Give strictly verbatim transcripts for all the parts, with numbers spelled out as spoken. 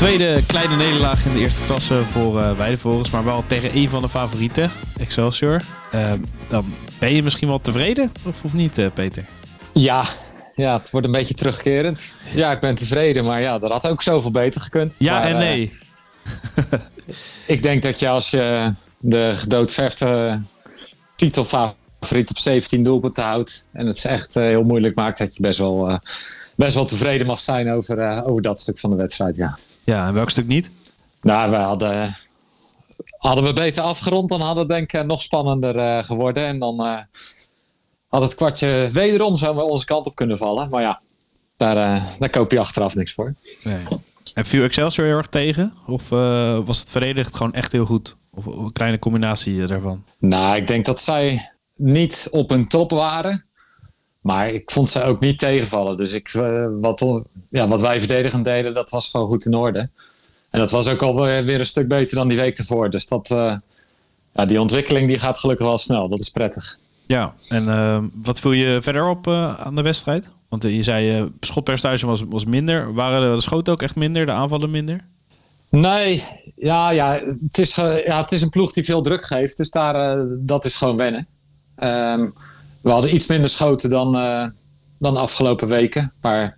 Tweede kleine nederlaag in de eerste klasse voor uh, Weidevogels, maar wel tegen een van de favorieten, Excelsior. Uh, dan ben je misschien wel tevreden, of, of niet, uh, Peter? Ja, ja, het wordt een beetje terugkerend. Ja, ik ben tevreden, maar ja, dat had ook zoveel beter gekund. Ja maar, en nee. Uh, ik denk dat je als je de gedoodverfde titelfavoriet op zeventien doelpunten houdt en het echt uh, heel moeilijk maakt, dat je best wel... Uh, best wel tevreden mag zijn over, uh, over dat stuk van de wedstrijd, ja. Ja, en welk stuk niet? Nou, we hadden, hadden we beter afgerond, dan hadden het denk ik nog spannender uh, geworden. En dan uh, had het kwartje wederom zo onze kant op kunnen vallen. Maar ja, daar, uh, daar koop je achteraf niks voor. Nee. En viel Excelsior heel erg tegen? Of uh, was het verdedigd gewoon echt heel goed? Of een kleine combinatie daarvan? Nou, ik denk dat zij niet op hun top waren. Maar ik vond ze ook niet tegenvallen. Dus ik, uh, wat, ja, wat wij verdedigend deden, dat was gewoon goed in orde. En dat was ook alweer weer een stuk beter dan die week ervoor. Dus dat, uh, ja, die ontwikkeling die gaat gelukkig wel snel. Dat is prettig. Ja, en uh, wat viel je verder op uh, aan de wedstrijd? Want uh, je zei, uh, schotpercentage was, was minder. Waren de schoten ook echt minder, de aanvallen minder? Nee, ja, ja, het, is, uh, ja het is een ploeg die veel druk geeft. Dus daar, uh, dat is gewoon wennen. Um, We hadden iets minder schoten dan, uh, dan de afgelopen weken. Maar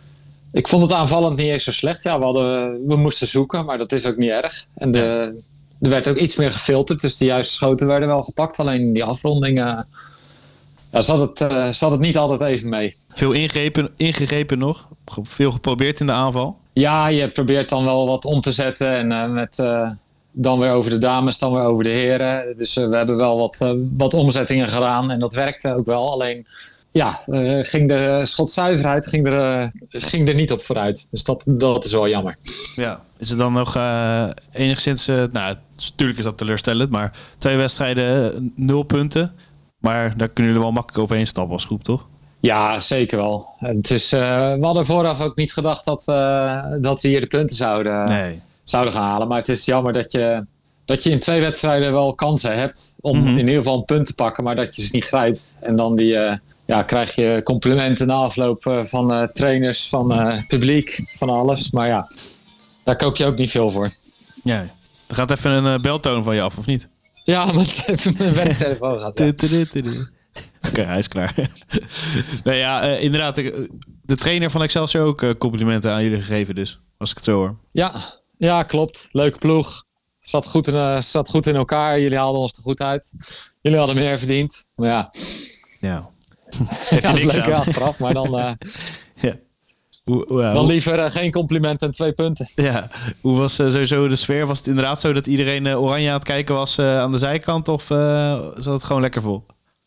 ik vond het aanvallend niet eens zo slecht. Ja, we, hadden, we moesten zoeken, maar dat is ook niet erg. En de, er werd ook iets meer gefilterd. Dus de juiste schoten werden wel gepakt. Alleen in die afronding uh, ja, zat, het, uh, zat het niet altijd even mee. Veel ingrepen, ingegrepen nog? Veel geprobeerd in de aanval? Ja, je probeert dan wel wat om te zetten. En uh, met... Uh, Dan weer over de dames, dan weer over de heren. Dus uh, we hebben wel wat, uh, wat omzettingen gedaan. En dat werkte ook wel. Alleen ja, uh, ging de schotzuiverheid ging er, uh, ging er niet op vooruit. Dus dat, dat is wel jammer. Ja, is het dan nog uh, enigszins... Uh, nou, natuurlijk is dat teleurstellend. Maar twee wedstrijden, uh, nul punten. Maar daar kunnen jullie wel makkelijk overheen stappen als groep, toch? Ja, zeker wel. Het is, uh, we hadden vooraf ook niet gedacht dat, uh, dat we hier de punten zouden... Nee. zouden gaan halen. Maar het is jammer dat je, dat je in twee wedstrijden wel kansen hebt om Mm-hmm. in ieder geval een punt te pakken, maar dat je ze niet grijpt. En dan die, uh, ja, krijg je complimenten na afloop uh, van uh, trainers, van uh, publiek, van alles. Maar ja, daar koop je ook niet veel voor. Ja, er gaat even een uh, beltoon van je af, of niet? Ja, maar even mijn werktelefoon gaat. Ja. Oké, okay, hij is klaar. Nee, ja, uh, inderdaad. De, de trainer van Excelsior ook uh, complimenten aan jullie gegeven dus, als ik het zo hoor. Ja. Ja, klopt. Leuke ploeg. Zat goed, in, uh, zat goed in elkaar. Jullie haalden ons er goed uit. Jullie hadden meer verdiend. Maar ja. Ja. Ja, dat is leuk achteraf. Maar dan, uh, ja. Hoe, hoe, uh, dan liever uh, geen compliment en twee punten. Ja. Hoe was uh, sowieso de sfeer? Was het inderdaad zo dat iedereen uh, oranje aan het kijken was uh, aan de zijkant? Of uh, zat het gewoon lekker vol?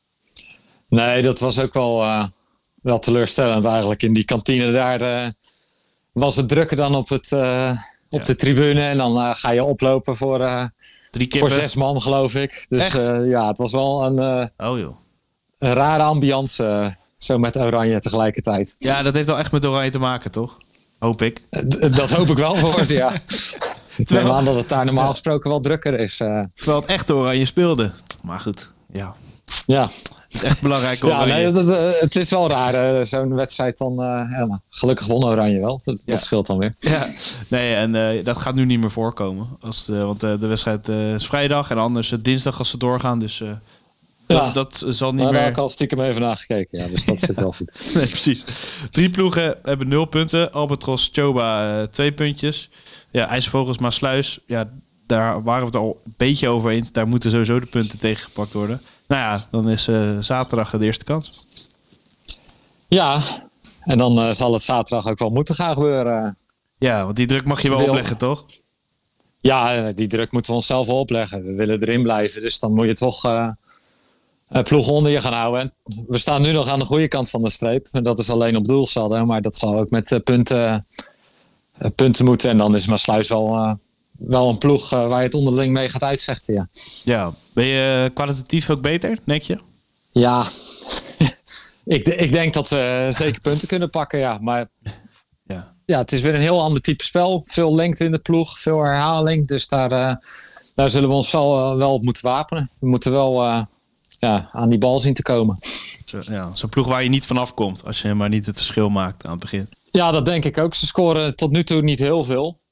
Nee, dat was ook wel, uh, wel teleurstellend eigenlijk. In die kantine daar uh, was het drukker dan op het... Uh, Op ja. de tribune en dan uh, ga je oplopen voor, uh, voor zes man, geloof ik. Dus uh, ja, het was wel een, uh, oh, joh. een rare ambiance, uh, zo met oranje tegelijkertijd. Ja, dat heeft wel echt met oranje te maken, toch? Hoop ik. Uh, d- dat hoop ik wel voor ze, ja. Ik neem aan dat het daar normaal gesproken wel drukker is. Uh. Terwijl het echt oranje speelde. Maar goed, ja. Ja. Het is echt belangrijk oranje. Ja, nee, dat, uh, het is wel raar, uh, zo'n wedstrijd dan. Uh, ja, gelukkig won oranje wel. Dat, ja. dat scheelt dan weer. Ja, nee, en uh, dat gaat nu niet meer voorkomen. Als de, want uh, de wedstrijd uh, is vrijdag en anders uh, dinsdag als ze doorgaan. Dus uh, ja. dat, dat zal niet nou, meer... Daar heb ik al stiekem even naar gekeken. Ja, dus dat zit wel goed. Nee, precies. Drie ploegen hebben nul punten. Albatros, Choba uh, twee puntjes. Ja, IJsvogels, Maasluis. Ja, daar waren we het al een beetje over eens. Daar moeten sowieso de punten tegengepakt worden. Nou ja, dan is uh, zaterdag de eerste kans. Ja, en dan uh, zal het zaterdag ook wel moeten gaan gebeuren. Ja, want die druk mag je wel Wil... opleggen, toch? Ja, die druk moeten we onszelf wel opleggen. We willen erin blijven, dus dan moet je toch uh, uh, ploegen onder je gaan houden. En we staan nu nog aan de goede kant van de streep. En dat is alleen op doelsaldo, maar dat zal ook met uh, punten, uh, punten moeten. En dan is Maasluis wel... Uh, Wel een ploeg uh, waar je het onderling mee gaat uitvechten, ja. Ja, ben je kwalitatief ook beter, denk je? Ja, ik, ik denk dat we zeker punten kunnen pakken, ja. Maar ja. Ja, het is weer een heel ander type spel. Veel lengte in de ploeg, veel herhaling. Dus daar, uh, daar zullen we ons wel, uh, wel op moeten wapenen. We moeten wel uh, ja, aan die bal zien te komen. Zo, ja, zo'n ploeg waar je niet vanaf komt als je maar niet het verschil maakt aan het begin. Ja, dat denk ik ook. Ze scoren tot nu toe niet heel veel.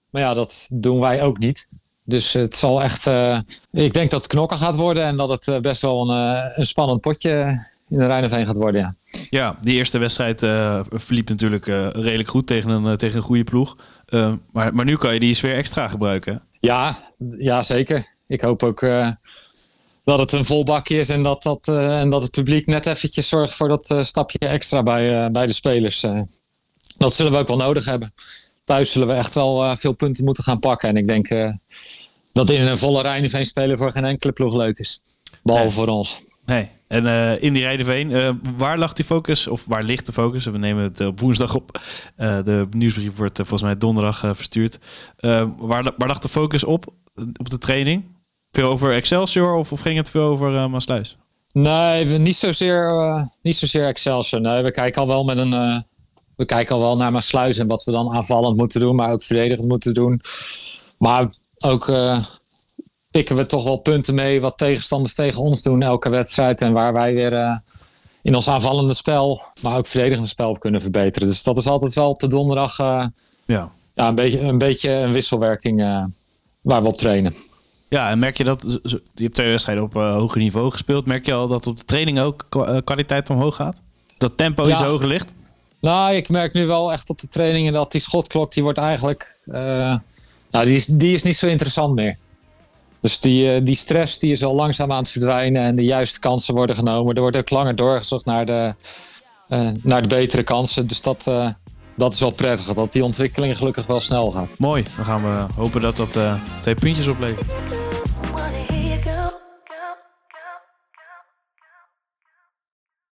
Maar ja, dat doen wij ook niet. Dus het zal echt... Uh, ik denk dat het knokken gaat worden en dat het uh, best wel een, uh, een spannend potje in de Rijn gaat worden, ja. Ja, die eerste wedstrijd uh, verliep natuurlijk uh, redelijk goed tegen een, uh, tegen een goede ploeg. Uh, maar, maar nu kan je die sfeer extra gebruiken. Ja, ja, zeker. Ik hoop ook uh, dat het een vol bakje is en dat, dat, uh, en dat het publiek net eventjes zorgt voor dat uh, stapje extra bij, uh, bij de spelers. Uh, dat zullen we ook wel nodig hebben. Thuis zullen we echt wel uh, veel punten moeten gaan pakken. En ik denk uh, dat in een volle Rijn spelen voor geen enkele ploeg leuk is. Behalve nee. voor ons. Nee. En uh, in die Rijdeveen, uh, waar lag die focus? Of waar ligt de focus? We nemen het op woensdag op. Uh, de nieuwsbrief wordt uh, volgens mij donderdag uh, verstuurd. Uh, waar, waar lag de focus op? Op de training? Veel over Excelsior of, of ging het veel over uh, Maassluis? Nee, niet zozeer, uh, niet zozeer Excelsior. Nee, we kijken al wel met een... Uh, we kijken al wel naar Maassluis en wat we dan aanvallend moeten doen. Maar ook verdedigend moeten doen. Maar ook... Uh, pikken we toch wel punten mee wat tegenstanders tegen ons doen elke wedstrijd. En waar wij weer uh, in ons aanvallende spel, maar ook verdedigende spel op kunnen verbeteren. Dus dat is altijd wel op de donderdag uh, ja. Ja, een, beetje, een beetje een wisselwerking uh, waar we op trainen. Ja, en merk je dat, je hebt twee wedstrijden op uh, hoger niveau gespeeld. Merk je al dat op de training ook kwaliteit omhoog gaat? Dat tempo ja. iets hoger ligt? Nou, ik merk nu wel echt op de trainingen dat die schotklok, die wordt eigenlijk, uh, nou, die is, die is niet zo interessant meer. Dus die, die stress die is al langzaam aan het verdwijnen en de juiste kansen worden genomen. Er wordt ook langer doorgezocht naar de, uh, naar de betere kansen. Dus dat, uh, dat is wel prettig, dat die ontwikkeling gelukkig wel snel gaat. Mooi, dan gaan we hopen dat dat uh, twee puntjes oplevert.